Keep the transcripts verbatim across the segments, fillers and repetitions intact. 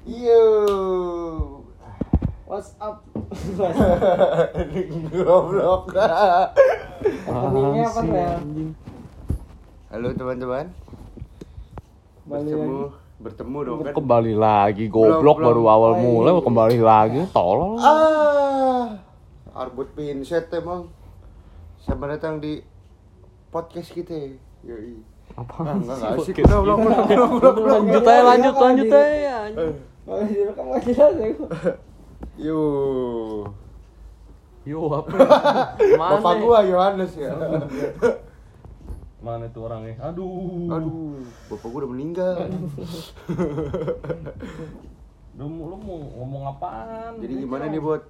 Yo. What's up? Goblok. Openingnya apa ya? Halo teman-teman. Bertemu, bertemu dong kan. Kembali lagi goblok Belum, baru belum. awal Oh, iya. mulai kembali lagi tolol. Ah, Arbut Pinset emang. Selamat datang di podcast kita. Yoi. Apa? Ah, enggak enggak sih asik. podcast? Udah, udah, udah, udah, udah. Lanjut aja, lanjut, lanjut aja. Kalau direkam nggak jelas ya. Yo. Yo apa? Mana? Bapak gua Yohanes ya. Mana tuh orangnya? Aduh. Aduh, bapak gua udah meninggal. Lu, lu mau ngomong apaan? Jadi gimana nih, Bot?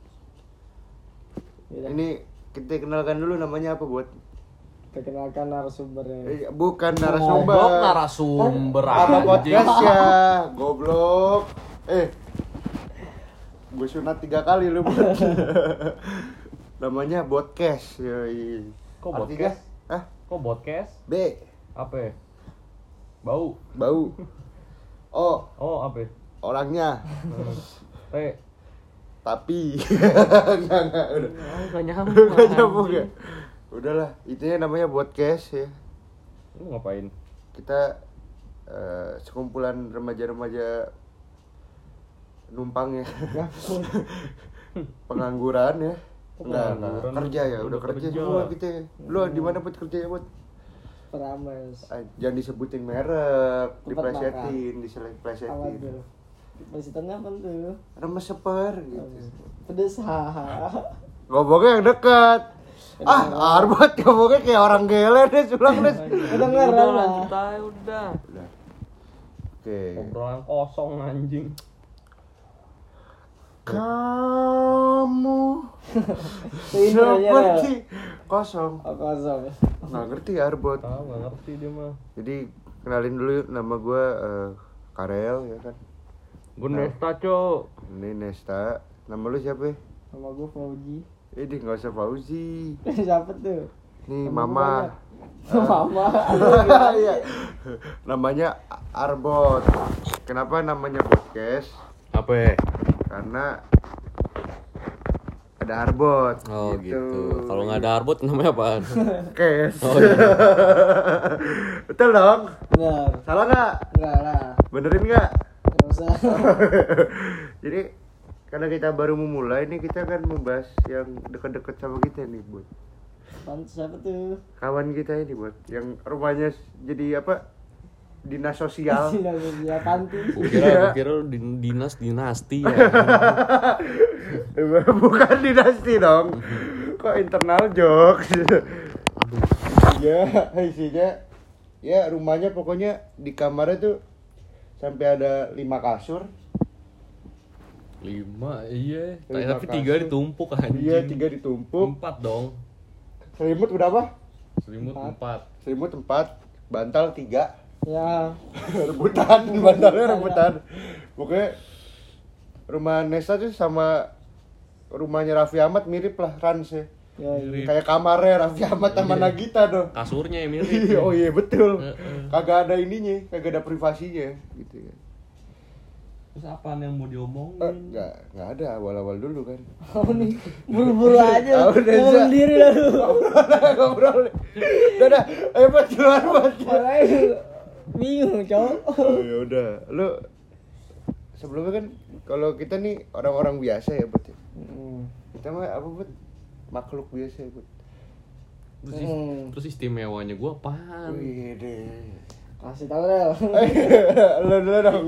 Ya, Ini kita kenalkan dulu namanya apa, Bot? perkenalkan narasumbernya. Eh, bukan narasumber. Goblok narasumber Apa anjing. podcast ya? Goblok. Eh. Gue sunat tiga kali lu, Bot. Namanya podcast. Yoi. Kok Artinya, podcast? ah, Kok podcast? B. Apa? Ya? Bau. Bau. O. Oh, apa? Orangnya. T. Tapi enggak enggak udah. Oh, gak nyambung. Enggak nyambung ya. Udahlah, intinya namanya podcast ya. Lu ngapain? Kita uh, sekumpulan remaja-remaja numpang ya. Pengangguran ya. Enggak, enggak. Pengangguran. Kerja ya, udah Udah kerja kerja. semua kita. Lu di mana Bud kerja ya, Bud? Perames. Ah, jangan disebutin merek, Tempat diplesetin, Apa diselesetin. tuh? Presidennya apa tuh? Remes seper gitu. Pedes haha. Ngomongnya yang dekat. Ah, Arbot ngomongnya kayak orang gele deh, sulang deh. Kedengeran Udah, lah. lanjut aja udah. Udah. Oke. Obrolan kosong anjing. Kamu Ini aja ya. seperti kosong. Oh, kosong. Nggak ngerti Arbot. Tahu enggak ngerti dia mah. Jadi kenalin dulu yuk, nama gue uh, Karel ya kan. Gue Nesta, Cok. Ini Nesta. Nama lu siapa? Sama gue Fauji. Eh, nggak usah Fauzi. Siapa tuh? Nih Nama Mama. gua Mama. Iya. Namanya Arbot. Kenapa namanya podcast? Apa? Karena ada Arbot. Oh gitu. Kalau nggak ada Arbot namanya apaan? Kes. Oh, iya. Betul dong. Benar. Salah nggak? Enggak lah. Benerin nggak? Enggak usah. Jadi karena kita baru memulai nih, kita akan membahas yang dekat-dekat sama kita nih, Bud. Pantes siapa tuh? Kawan kita ini, Bud, yang rumahnya jadi apa? Dinas sosial. Ya panti. Gua kira, gua kira lu din- dinas dinasti ya. Bukan dinasti dong. Kok internal jokes? Ya, isinya ya rumahnya pokoknya di kamarnya tuh sampai ada lima kasur. Lima, iya. Lima Tapi tiga kasur. ditumpuk anjing. Iya, tiga ditumpuk. Empat dong. Selimut berapa? Selimut Empat. empat. Selimut empat, bantal tiga. Ya. Rebutan, bantalnya rebutan. Pokoknya rumah Nesta tuh sama rumahnya Raffi Ahmad mirip lah, Rans ya. Ya. Mirip. Kayak kamarnya Raffi Ahmad sama Iya. Nagita dong. Kasurnya yang mirip. Iya, oh iya betul. Heeh. Kagak ada ininya, kagak ada privasinya gitu ya. Terus apaan yang mau diomongin? Eh, enggak, enggak ada awal-awal dulu kan. Oh nih, buru-buru aja. Ah, udah, Ngomong Za. sendiri dah lu. Ngobrol. Udah, udah. Ayo buat keluar buat. Makanya bingung, cowok. Oh ya udah. Lu sebelumnya kan kalau kita nih orang-orang biasa ya, Bud. Hmm. Kita mah apa, Bud? Makhluk biasa ya, Bud. Terus, is- Hmm. terus istimewanya gue apaan? Wih deh. Kasih tahu deh. Lu dulu dong.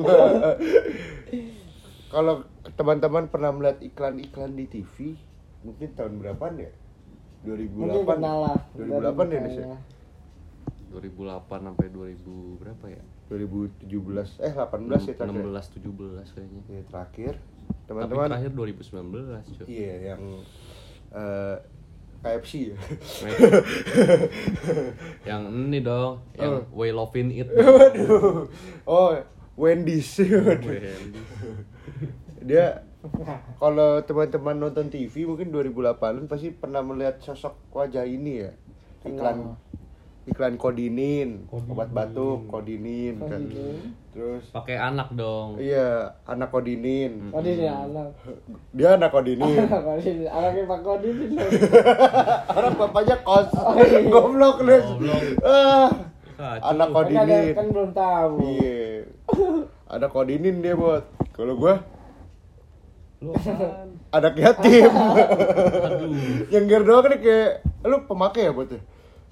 Kalau teman-teman pernah melihat iklan-iklan di T V, mungkin tahun berapaan ya? dua ribu Mungkin delapan. kenal lah. dua ribu delapan ya, Nes ya? dua ribu delapan sampai dua ribu berapa ya? dua ribu tujuh belas eh delapan belas ya enam terakhir. belas tujuh belas kayaknya. Ya, terakhir. Tapi Teman-teman. terakhir dua ribu sembilan belas, cuy. Iya, yang eh, K F C ya. Yang ini dong, yang Oh. way loving it. Waduh. Oh, Wendy's. Waduh. Dia kalau teman-teman nonton T V mungkin dua ribu delapan pasti pernah melihat sosok wajah ini ya. Iklan Kenal. iklan Kodinin, Kodinin. obat batuk Kodinin kan. Kodinin. Terus Pakai anak dong. iya, anak Kodinin. Kodin ya anak. Dia anak Kodinin. Kodin, anaknya Pak Kodin itu. Orang bapaknya kos. Oh, iya. Goblok lu. Goblok. Ah. Kacau. Anak Kan ada- Kodinin. kan belum tahu. Iya. Ada Kodinin dia, Bot. Kalau gua Lu apaan? anak yatim. Aduh. Yang ger doang kan kayak lu pemakai ya, Bot? ya?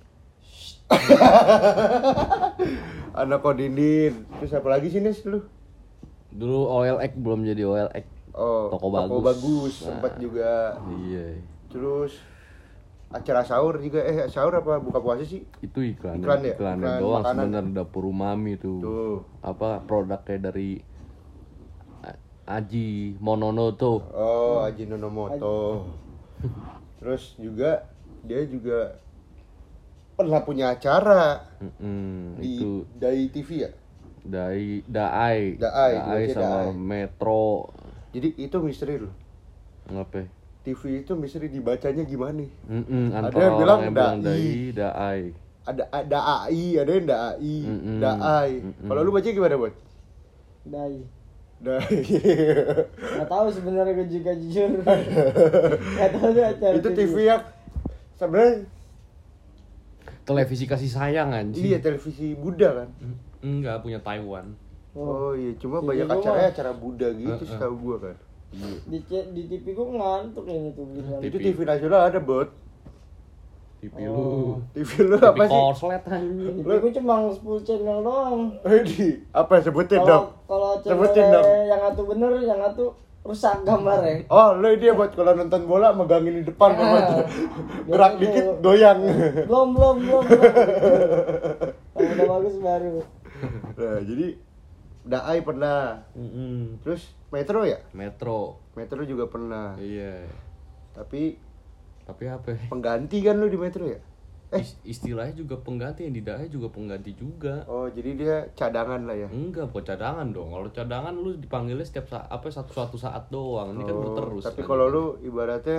Anak Kodinin. Terus apa lagi sih, Nes, lu? Dulu O L X belum jadi O L X. Oh, Toko bagus. bagus. Sempat Nah. juga. Iya. Terus acara sahur juga eh sahur apa buka puasa sih? Itu iklan. Iklan ya? Iklannya Iklan doang makanan. sebenarnya dapur umami tuh. Tuh. Apa produknya dari A- Aji Mononoto. Oh, Aji Nonomoto. Terus juga dia juga pernah punya acara Mm-mm, di itu Dai T V ya. Dai Daai, Daai, dua-duanya sama Daai. Metro. Jadi itu misteri loh. Ngapain? T V itu misteri dibacanya gimana nih? Mm-mm, Ada antara yang orang bilang yang bilang Dai. Dai, Daai. Ada ada A I, ada yang Dai, Mm-mm. Dai. Mm-mm. Kalau lu baca gimana, Bot? Dai. Dai. Nggak tahu sebenarnya gue juga jujur. Nggak tahu tuh acara Itu T V yang sebenarnya Televisi kasih sayang anjing. iya televisi Buddha kan. Enggak, punya Taiwan. Oh, iya, cuma T V banyak gua acaranya mah- acara Buddha gitu Uh-uh. setahu gua kan. Di C- di T V gue ngantuk ini tuh bilang. T V. Itu T V nasional ada, Bot. T V Oh. lu. T V lu T V apa sih? korslet anjing. T V gue cuma sepuluh channel doang. Eh, di apa sebutin dong? Kalau kalau Sebutin channel dong. yang satu bener, yang satu rusak gambarnya. Oh, lu dia buat kalau nonton bola megangin di depan kan, Bot. Ah. Gerak Biar dikit itu. goyang. Belum belum belum. belum. Kalau udah bagus baru. Nah, jadi Daai pernah. Mm-mm. Terus Metro ya? Metro. Metro juga pernah. Iya. Tapi Tapi apa? ya? pengganti kan lu di Metro ya? Eh, Is- istilahnya juga pengganti, yang di Daai juga pengganti juga. oh jadi dia cadangan lah ya. Enggak, buat cadangan dong. Kalau cadangan lu dipanggilnya setiap saat apa satu suatu saat doang. Ini kan Oh, berterus. tapi kan. kalau lu ibaratnya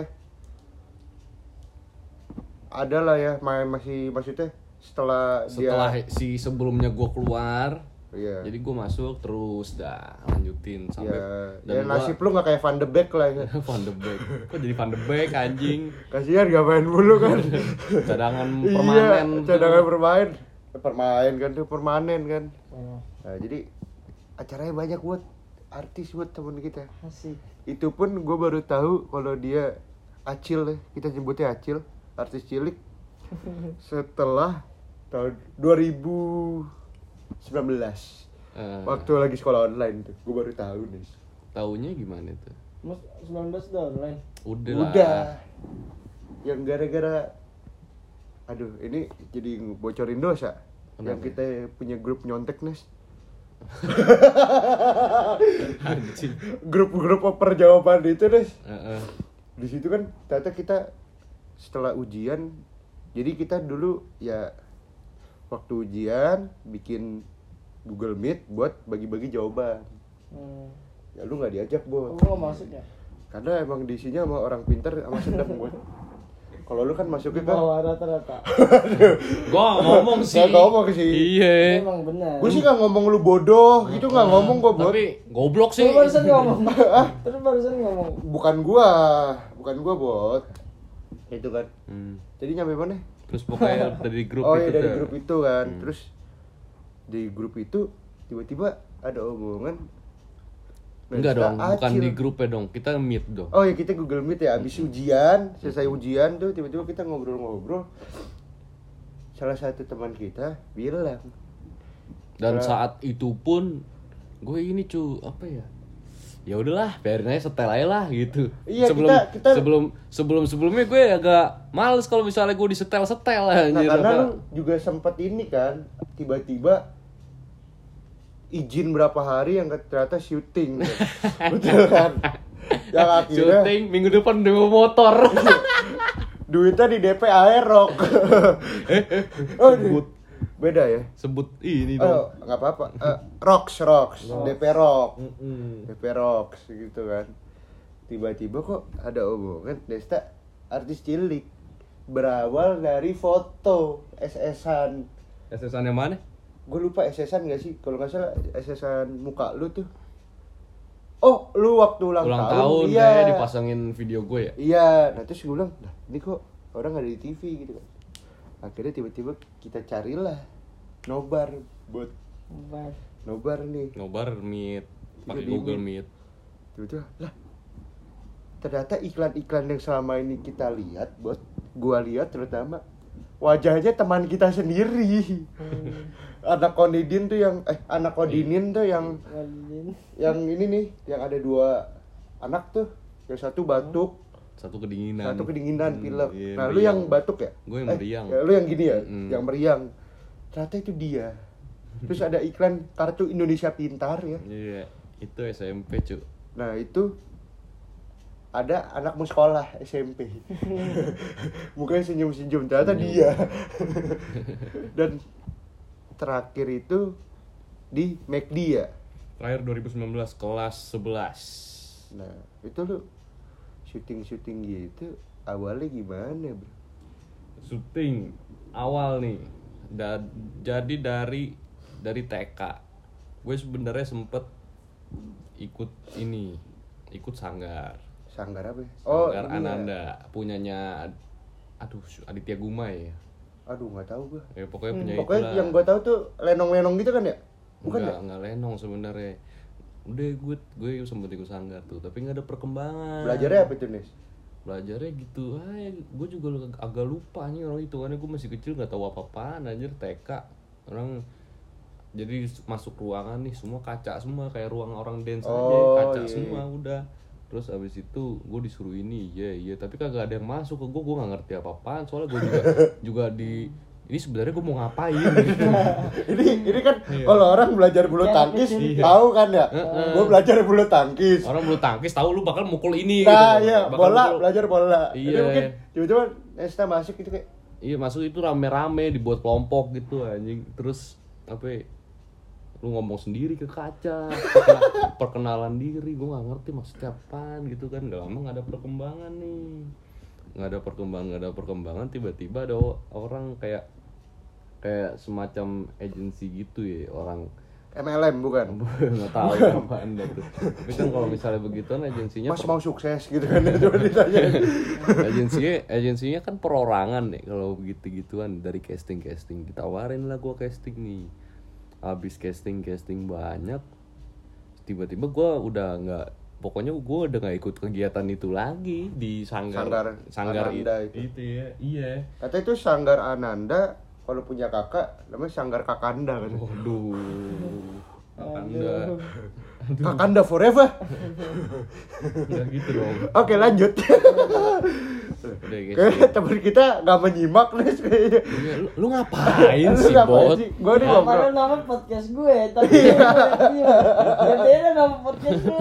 ada lah ya, ma- masih maksudnya setelah, setelah dia si sebelumnya gua keluar, iya. jadi gua masuk terus dah lanjutin sampai ya, ya nasib lu nggak kayak Van de Beek lah ya. Van de Beek. Kok jadi Van de Beek anjing? Kasihan gak main mulu kan. Cadangan Iya, permanen tuh. cadangan permanen. Permanen kan tuh permanen kan. Oh, Nah, jadi acaranya banyak buat artis buat temen kita. asik. Itu pun gue baru tahu kalau dia Acil ya, kita sebutnya Acil, artis cilik. Setelah tahun dua ribu sembilan belas Eh, waktu lagi sekolah online tuh, gue baru tahu nih. taunya gimana tuh? Mas sembilan belas udah online. Udah, Udah. lah. Yang gara-gara aduh, ini jadi bocorin dosa. Yang Kenapa? kita punya grup nyontek, Nes. Anjing. Grup-grup oper jawaban itu, Nes. Heeh. Di situ kan ternyata kita setelah ujian, jadi kita dulu ya waktu ujian bikin Google Meet buat bagi-bagi jawaban. Hmm. Ya lu nggak diajak, Oh, Bot. gue nggak masuk ya? Karena emang di sini sama orang pintar sama sedap, Bot. Kalau lu kan Di masuknya kan bawah rata-rata. Gua ngomong sih. Nggak ngomong sih. Iya. Emang benar. gue sih nggak ngomong lu bodoh, gitu nggak ngomong gua, Bot. Tapi goblok sih. Terus barusan ngomong. Terus barusan ngomong. Bukan gua, bukan gua, Bot. Itu kan. Hmm. Jadi nyampe mana? Terus pokoknya dari grup Oh itu iya, dari dah. grup itu kan. Hmm. Terus di grup itu tiba-tiba ada omongan. Enggak Nah, dong, kita bukan acil. di grupnya dong. Kita meet dong. Oh ya, kita Google Meet ya. Abis ujian, selesai ujian tuh tiba-tiba kita ngobrol-ngobrol. Salah satu teman kita bilang, Dan Nah. saat itu pun gue ini cu apa ya? Ya udahlah, biarin aja setel aja lah gitu. Iya, sebelum kita- kita- sebelum sebelum sebelumnya gue agak males kalau misalnya gue disetel-setel nah anjir. karena apa. lu juga sempet ini kan, tiba-tiba izin berapa hari yang ternyata syuting. Betul kan? Yang akhirnya Syuting minggu depan demo motor. duitnya di D P Aerok. Oh, di- Sebut beda ya? sebut ini Oh, dong. nggak apa-apa. Eh, Rocks, Rocks, D P Rock, Mm-mm. D P Rocks gitu kan. Tiba-tiba kok ada omongan Desta artis cilik berawal dari foto S S-an S S N yang mana? Gue lupa S S-an gak sih? Kalau nggak salah S S-an muka lu tuh. Oh, lu waktu ulang, Ulang tahun, tahun iya. kayak dipasangin video gue ya. Iya, nah terus gue bilang, nah ini kok orang nggak ada di T V gitu kan. Akhirnya tiba-tiba kita carilah nobar buat Buat nobar nih. Nobar Meet, pakai Jadi Google Meet. Meet. Tiba-tiba, lah ternyata iklan-iklan yang selama ini kita lihat, buat gua lihat terutama wajahnya teman kita sendiri. Anak Konidin tuh yang eh anak Kodinin tuh yang Walin. yang ini nih, yang ada dua anak tuh, yang satu batuk, Satu kedinginan. satu kedinginan, Hmm, pilek. iya, Nah, lu meriang. yang batuk ya? Gue yang Eh, meriang. ya, lu yang gini ya, Mm-mm. yang meriang. Ternyata itu dia. Terus ada iklan kartu Indonesia Pintar ya. Iya, itu S M P, cu. Nah, itu ada anak mau sekolah S M P. Mukanya senyum-senyum, ternyata Senyum. dia. Dan terakhir itu di McD ya. Terakhir dua ribu sembilan belas kelas sebelas. Nah, itu lu syuting-syuting gitu awalnya gimana, Bro? Syuting awal nih. Da- jadi dari dari T K. Gue sebenarnya sempet ikut ini, ikut sanggar. Sanggar apa ya? Sanggar ini ya. Ananda punyanya aduh Aditya Gumai ya. Aduh, nggak tahu gua. Ya pokoknya Hmm, punya Pokoknya itulah. yang gua tahu tuh lenong-lenong gitu kan ya? Bukan Enggak, ya? enggak lenong sebenarnya. Udah gue gue sempet ikut sanggar tuh, tapi nggak ada perkembangan. Belajarnya apa tuh, Nis? Belajarnya gitu, ah gue juga lu- agak lupa nih orang hitungannya, gue masih kecil nggak tahu apa-apaan anjir. T K orang jadi masuk ruangan nih semua kaca semua kayak ruang orang dance aja, Oh, kaca iya. semua udah. Terus abis itu gue disuruh ini, iya iya, tapi kagak ada yang masuk ke gue, gue nggak ngerti apa-apaan soalnya gue juga juga di ini sebenarnya gue mau ngapain gitu. ini ini kan Iya. kalau orang belajar bulu Iya, tangkis iya. tahu kan ya? Heeh. Gua belajar bulu tangkis. Orang bulu tangkis tahu lu bakal mukul ini Nah, gitu. iya, Bakal bola, mukul- belajar bola. Iya. Jadi mungkin tiba-tiba Nesta masuk gitu kayak Iya masuk itu rame-rame dibuat kelompok gitu anjing. Terus apa ya, lu ngomong sendiri ke kaca, perkena- perkenalan diri, gue nggak ngerti maksudnya apaan gitu kan. Gak lama nggak ada perkembangan nih, nggak ada perkembangan nggak ada perkembangan tiba-tiba ada o- orang kayak kayak semacam agensi gitu ya, orang M L M bukan? nggak tahu apaan dah tuh. Tapi kan kalau misalnya begituan agensinya Mas per- mau sukses gitu kan coba ditanya. agensinya agensinya kan perorangan nih kalau begitu gituan, dari casting casting ditawarin lah gue casting nih, habis casting casting banyak tiba-tiba gue udah nggak, pokoknya gue udah nggak ikut kegiatan itu lagi di sanggar Sanggar sanggar Ananda i- itu. itu ya iya. Kata itu Sanggar Ananda kalau punya kakak namanya Sanggar Kakanda kan. Waduh Kakanda Kakanda forever. nggak gitu dong. Oke, lanjut. Udah guys. Kayak teman kita nggak menyimak nih kayaknya. Iya, lu, lu ngapain Lu sih ngapain bot? sih? Gua nih Padahal ngobrol. nama podcast gue, tapi ya beda nama podcast gue.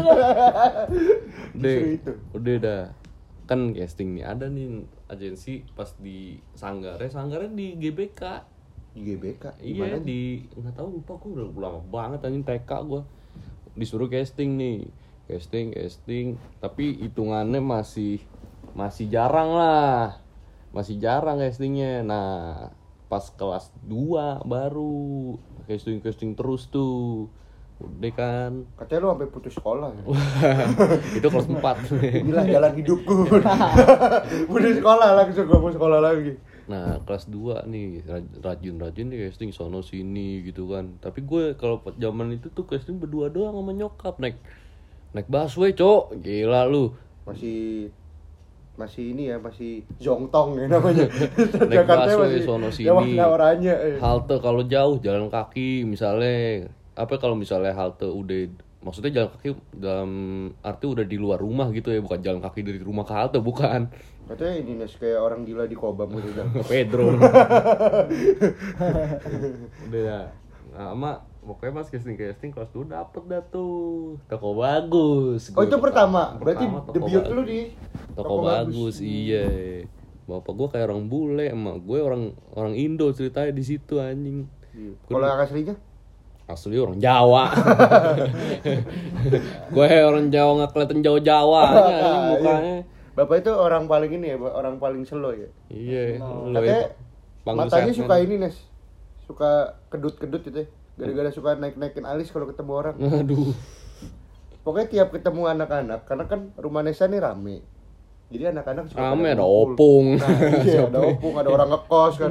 Udah, Justru itu. udah dah. Kan casting nih ada nih agensi pas di sanggarnya, sanggarnya di G B K. Di G B K. Iya Gimana nih? di nggak tahu lupa gue udah lama banget anjing T K gue. Disuruh casting nih. Casting, casting, tapi hitungannya masih masih jarang lah. Masih jarang castingnya. Nah, pas kelas dua baru casting-casting terus tuh. Udah kan. Katanya lu sampai putus sekolah ya. Itu kelas empat. Inilah jalan hidupku. Putus sekolah langsung gua mau sekolah lagi. Nah, kelas dua nih, raj- rajin-rajin nih casting sono sini gitu kan. Tapi gue kalau pas zaman itu tuh casting berdua doang sama nyokap, naik naik busway, Cok. Gila lu. Masih masih ini ya, masih zongtong ya namanya. Naik busway sono sini. Ya warna oranye. eh. Halte kalau jauh jalan kaki misalnya. Apa kalau misalnya halte udah, maksudnya jalan kaki dalam arti udah di luar rumah gitu ya, bukan jalan kaki dari rumah ke halte, bukan. Katanya ini Nes kayak orang gila di Kobam gitu kan. Pedro. Udah ya. Nah, sama pokoknya pas casting-casting kelas dua dapet dah tuh. Toko bagus. Oh, Gua itu pertama. Berarti pertama toko debut bagus. lu di Toko, bagus, iya. Bapak gua kayak orang bule, emak gue orang orang Indo ceritanya di situ anjing. Iya. Kalau yang aslinya? Asli orang Jawa. Gue orang Jawa nggak kelihatan Jawa-Jawa anjing mukanya. Bapak itu orang paling ini ya, orang paling slow ya. Iya. lu Katanya ya, panggil matanya Setman. suka ini Nes. suka kedut-kedut gitu ya. Gara-gara suka naik-naikin alis kalau ketemu orang. Aduh. Pokoknya tiap ketemu anak-anak, karena kan rumah Nesa nih rame. Jadi anak-anak suka Rame, pada ada ngumpul. opung. Nah, iya, ada opung, ada orang ngekos kan.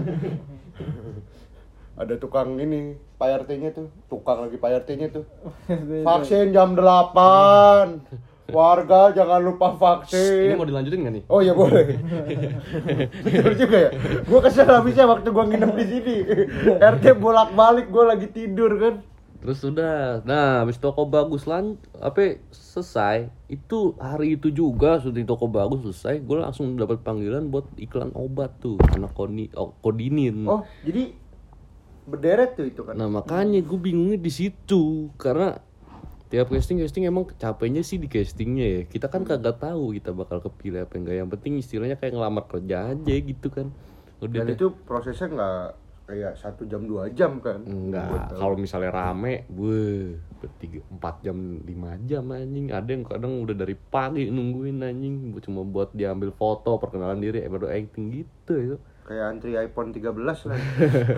Ada tukang ini, P R T-nya tuh. Tukang lagi P R T-nya tuh. Vaksin jam delapan. Warga jangan lupa vaksin. Ini mau dilanjutin nggak nih? Oh iya boleh. Betul juga ya. Gua kesel habisnya waktu gua nginep di sini. R T bolak-balik, gua lagi tidur kan. Terus udah, nah habis Toko Bagus lan, apa selesai, itu hari itu juga syuting Toko Bagus selesai, gue langsung dapat panggilan buat iklan obat tuh, anak koni, oh, kodinin. Oh, jadi berderet tuh itu kan. Nah makanya gue bingungnya di situ, karena tiap casting casting emang capeknya sih di castingnya ya. Kita kan kagak tahu kita bakal kepilih apa enggak. Yang penting istilahnya kayak ngelamar kerja aja gitu kan. Udah Dan deh. itu prosesnya nggak kayak satu jam dua jam kan? Enggak, kalau misalnya rame, weh, bertiga, empat jam, lima jam anjing. Ada yang kadang udah dari pagi nungguin anjing, cuma buat diambil foto, perkenalan diri, eh baru acting gitu ya. Kayak antri iPhone tiga belas lah.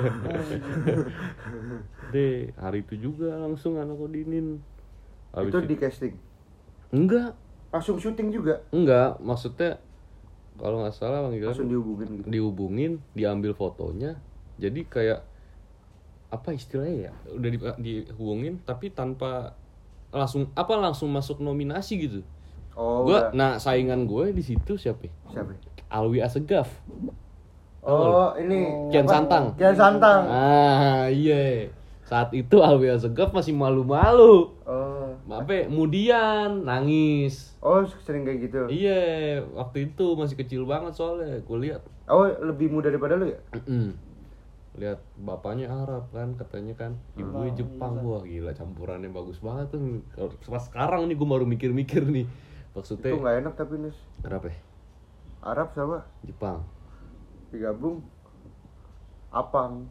Deh, hari itu juga langsung anak kodinin. Habis Itu itu- di casting. Enggak, Langsung syuting juga. enggak, maksudnya kalau nggak salah panggilan Langsung dihubungin gitu. dihubungin, diambil fotonya, jadi kayak apa istilahnya ya, udah di, dihubungin tapi tanpa langsung apa langsung masuk nominasi gitu. Oh, Gua, udah. nah saingan gue di situ siapa? Siapa? Alwi Asegaf, Oh, ini Kian apa? Santang. Kian Santang. Ah iya, saat itu Alwi Asegaf masih malu-malu, Oh. apa kemudian nangis. Oh, sering kayak gitu. Iya, waktu itu masih kecil banget soalnya, gue lihat. Oh, lebih muda daripada lu ya? Lihat bapaknya Arab kan katanya kan, ibunya Jepang. Wah gila, campurannya bagus banget tuh. Kalau pas sekarang nih gue baru mikir-mikir nih maksudnya. Itu nggak enak tapi Nis. Kenapa ya? Arab sama Jepang. digabung apang.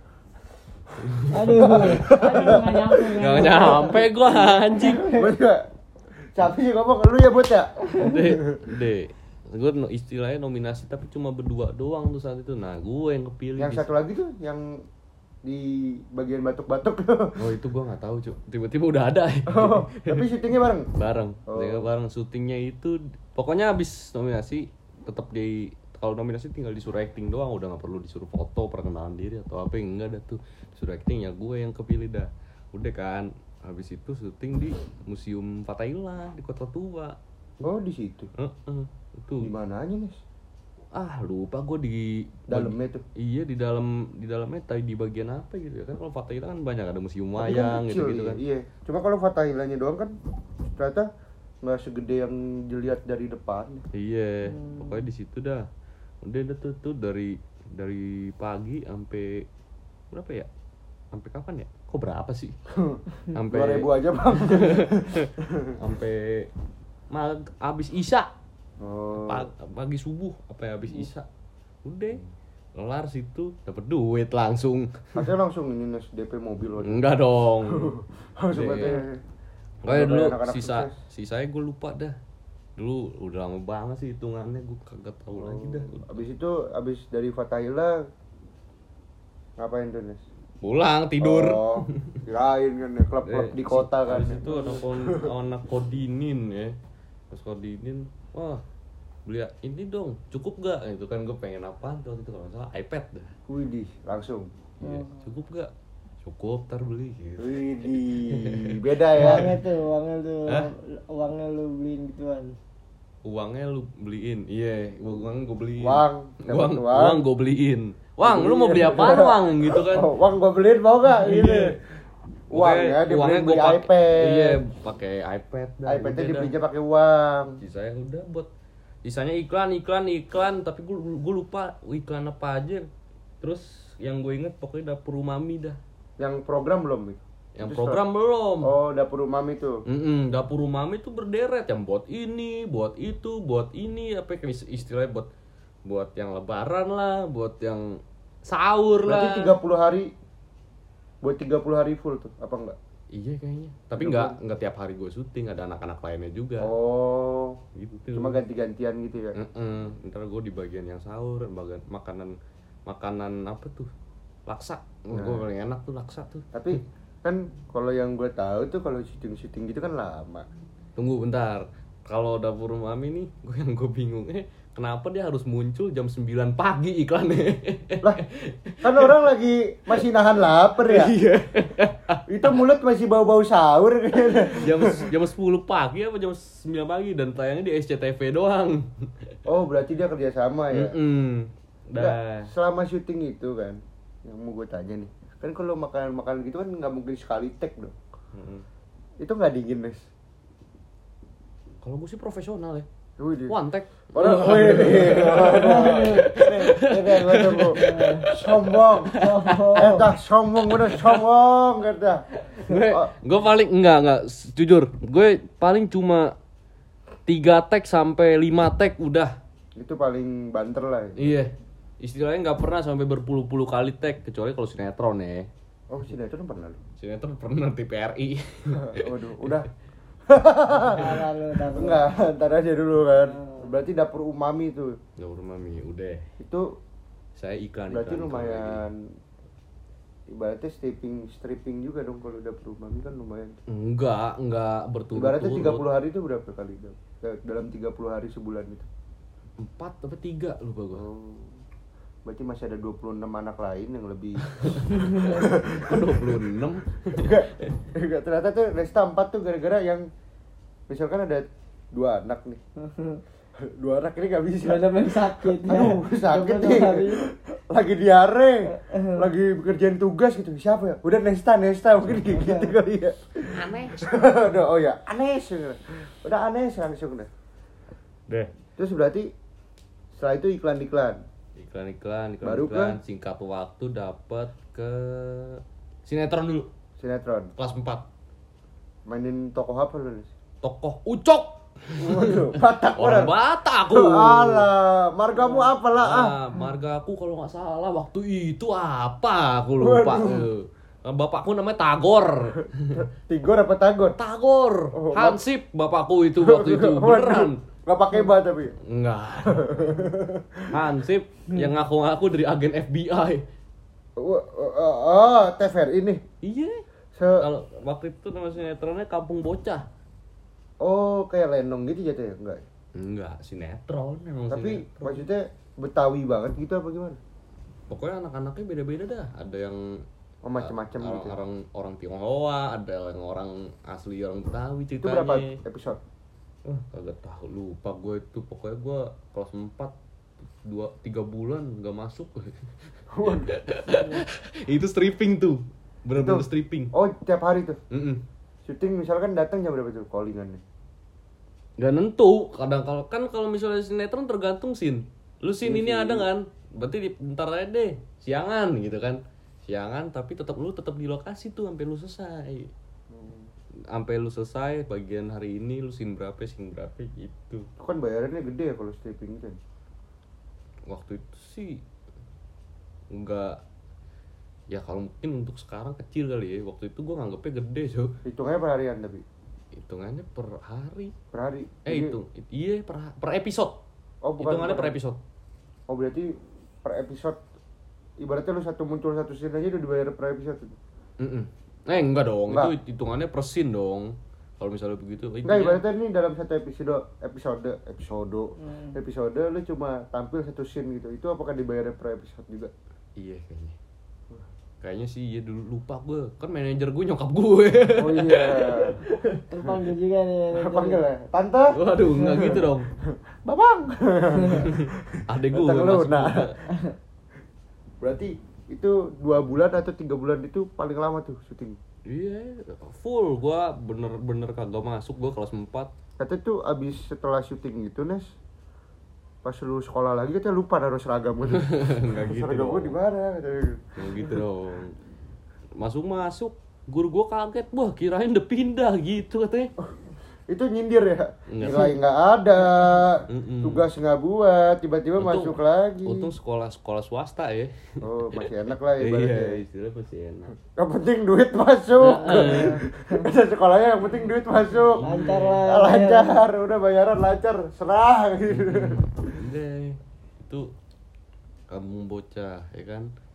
Aduh, aduh nggak nyampe. Nggak nyampe gue anjing. Buat gak? Siapa sih ngomong lu ya buat ya? Deh, deh. Gue no, istilahnya nominasi tapi cuma berdua doang tuh saat itu. Nah gue yang kepilih. Yang di- satu lagi tuh yang di bagian batuk-batuk. Oh itu gue nggak tahu cuy. Tiba-tiba udah ada. Oh, tapi syutingnya bareng. Bareng. Oh. Mereka bareng syutingnya itu. Pokoknya habis nominasi tetap di, kalau nominasi tinggal disuruh acting doang, udah nggak perlu disuruh foto perkenalan diri atau apa, yang enggak ada tuh. Disuruh acting ya gue yang kepilih dah. Udah kan. Habis itu syuting di Museum Fathaillah di Kota Tua. Oh, di situ. Heeh. Itu Di mana aja, Nis? ah lupa gue di Dalamnya tuh. iya di dalam di dalamnya tadi di bagian apa gitu ya kan. Kalau Fathaillah kan banyak, ada museum Tapi kan wayang kecil, gitu gitu iya, kan. Iya. Cuma kalau Fathailahnya doang kan ternyata nggak segede yang dilihat dari depan. Iya, pokoknya di situ dah. Udah dah tuh, tuh dari dari pagi sampai berapa ya? Sampai kapan ya? Kok berapa sih? Sampai dua ribu aja, Bang. sampai mag habis Isya. Oh. Pag- pagi subuh apa ya habis Isya. Udah. Kelar situ dapat duit langsung. Katanya langsung ini Nis, D P mobil waktu. Enggak dong. Langsung Iya. katanya. Kayak dulu Anak-anak sisa sukses. sisanya gue lupa dah. Dulu udah lama banget sih hitungannya, gue kagak tahu lagi dah. Abis itu, abis dari Fathaillah ngapain tuh, Nis? Pulang tidur. Oh, kirain kan ya, klub-klub Eh, di kota kan. Habis itu anak kon- anak kodinin ya. Terus kodinin, wah beli ini dong, cukup gak? Itu kan gue pengen apaan tuh waktu itu, kalau nggak salah iPad dah. Widih, langsung. Iya, cukup gak? Cukup, ntar beli gitu. Widih, beda ya. Uangnya tuh, uangnya tuh, Hah? uangnya lu beliin gituan. Uangnya lu beliin, iya, uang gue beliin. Uang, dapat uang, uang. uang gue beliin. Wang, lu mau beli apaan, Wang? Gitu kan. Oh, uang gua beliin mau gak? Ini. Iya. Uangnya Pokoknya dibeliin beli gua pak- iPad. Iya, pakai iPad dah. iPadnya udah dah. dibelinya pakai uang. Sisanya udah buat sisanya iklan iklan iklan, tapi gue gue lupa iklan apa aja. Terus yang gue inget pokoknya dapur umami dah. Yang program belum? Mi? Yang Itu program belum. Oh, dapur umami tuh. Mm-mm, dapur umami tuh berderet, yang buat ini, buat itu, buat ini, apa kayak istilahnya buat buat yang lebaran lah, buat yang sahur lah. Berarti tiga puluh hari buat tiga puluh hari full tuh, apa enggak? Iya kayaknya. Tapi nggak nggak tiap hari gue syuting, ada anak-anak lainnya juga. Oh, Gitu. cuma ganti-gantian gitu ya. Mm-mm. Ntar gue di bagian yang sahur, bagian makanan makanan apa tuh? laksa. Oh, Nah. gue paling enak tuh laksa tuh. Tapi kan kalau yang gue tahu tuh kalau syuting-syuting gitu kan lama. Tunggu bentar. Kalau dapur Mami nih, gue yang gue bingung eh kenapa dia harus muncul jam sembilan pagi iklannya? Lah, kan orang lagi masih nahan lapar ya. Iya. Itu mulut masih bau-bau sahur kayaknya. jam jam sepuluh pagi apa jam sembilan pagi dan tayangnya di S C T V doang. Oh, berarti dia kerjasama ya. Mm-mm. Nggak, Dah. selama syuting itu kan, yang mau gue tanya nih, kan kalau makanan-makanan gitu kan nggak mungkin sekali take dong. Mm-mm. Itu nggak dingin, Nes? Kalau gue sih profesional ya. Wih, di- One take. Orang, wih, nih, nih, gue tunggu. Sombong, kata sombong, udah sombong, kata. gue Oh, gue paling enggak enggak jujur gue paling cuma tiga tag sampai lima tag udah. itu paling banter lah. Ya. Iya, istilahnya nggak pernah sampai berpuluh-puluh kali tag kecuali kalau sinetron ya. Oh, sinetron pernah lu? Sinetron pernah T V R I. Waduh, udah. Parah lu, tapi. Enggak, ntar aja dulu kan. Berarti dapur umami tuh. Dapur Mami udah. Itu Saya iklan. berarti iklan, iklan lagi. lumayan. Ibaratnya stripping stripping juga dong kalau dapur umami kan lumayan. Enggak, enggak berturut-turut. Ibaratnya tiga puluh hari itu berapa kali? Dam? Dalam tiga puluh hari sebulan itu. Empat apa tiga lupa gua. Oh. Berarti masih ada dua puluh enam anak lain yang lebih. Kok dua puluh enam? Enggak, enggak ternyata tuh Resta empat tuh gara-gara yang misalkan ada dua anak nih. Dua anak ini gak bisa. Ada yang sakit ya. Aduh, sakit dua puluh nih. hari. Lagi diare, lagi kerjain tugas gitu. Siapa ya? Udah Nesta, Nesta mungkin kayak gitu kali ya. Aneh. Udah, oh ya, aneh. Udah aneh langsung deh. Deh. Terus berarti setelah itu iklan-iklan. Iklan-iklan, Baru iklan-iklan ke? singkat waktu dapat ke sinetron dulu Sinetron. kelas empat. Mainin tokoh apa lu? Nis? Tokoh Ucok. Waduh, Batak Orang orang. Batak aku. Alah, margamu apalah ah. Ah, marga aku kalau nggak salah waktu itu apa aku lupa. Waduh. Eh, Bapakku namanya Tagor. Tigor apa Tagor? Tagor. Oh, Hansip bapakku itu waktu itu beneran. Gak pakai ba tapi. Enggak. Hansip yang ngaku-ngaku dari agen F B I. Oh, oh, oh, T V R ini. Iya. Se Kalau waktu itu nama sinetronnya Kampung Bocah. Oh, kayak Lenong gitu jatuh ya? Enggak. Enggak, sinetron emang Tapi sinetron. maksudnya Betawi banget gitu apa gimana? Pokoknya anak-anaknya beda-beda dah. Ada yang Oh, macam-macam orang, gitu. orang orang Tionghoa, ada yang orang asli orang Betawi Itu ceritanya. berapa episode? Wah, kagak tahu, lupa gue itu. Pokoknya gue kelas empat dua tiga bulan nggak masuk. Itu stripping tuh. Bener-bener Itu? stripping. Oh, tiap hari tuh. Mm-mm. Syuting misalkan datang jam berapa tuh callingannya? Gak nentu. Kadang kalau kan kalau misalnya sinetron tergantung scene. Lu scene ini ada kan? Berarti di, bentar aja deh. Siangan gitu kan. Siangan tapi tetap lu tetap di lokasi tuh sampai lu selesai. Sampai lu selesai bagian hari ini lu scene berapa scene berapa gitu. Itu kan bayarannya gede ya kalau stripping kan. Waktu itu sih enggak, ya kalau mungkin untuk sekarang kecil kali ya. Waktu itu gua nganggepnya gede so. Hitungnya per harian tapi Hitungannya per hari. per hari. Eh Jadi- itu iya per per episode. Oh, bukan Hitungannya per per- episode. Oh, berarti per episode ibaratnya lu satu muncul satu scene aja udah dibayar per episode itu. Mm-mm. Eh enggak dong, Enggak. itu hitungannya per scene dong. Kalau misalnya begitu. Enggak, intinya- ibaratnya ini dalam satu episode episode episode Hmm. episode lu cuma tampil satu scene gitu. Itu apakah dibayar per episode juga? Iya kayaknya. Kayaknya sih iya dulu lupa gue. Kan manajer gue nyokap gue. Oh iya. Terpanggil juga nih. Panggil ya. Tante, Waduh, enggak gitu dong. Babang. Adek gue Datang lu, masuk nah. juga. Berarti itu dua bulan atau tiga bulan itu paling lama tuh syuting. Iya, full. Gua bener-bener kagak masuk. Gua kelas empat. Kata tuh abis setelah syuting gitu, Nes, pas lu sekolah lagi katanya lupa naruh seragam gitu. Enggak gitu Seragam gua dong. di mana katanya. Enggak gitu dong. Masuk-masuk, guru gua kaget. Wah, kirain udah pindah gitu katanya. Itu nyindir ya. Enggak. Nilai nggak ada, Mm-mm. tugas nggak buat, tiba-tiba masuk lagi. Untung sekolah-sekolah swasta ya. Oh, masih enak lah Iya, ibaratnya. istilah masih enak. Yang penting duit masuk. Kata sekolahnya yang penting duit masuk. Lancar lah. Lancar, udah bayaran lancar, serah gitu. Udah, itu kampung bocah ya kan.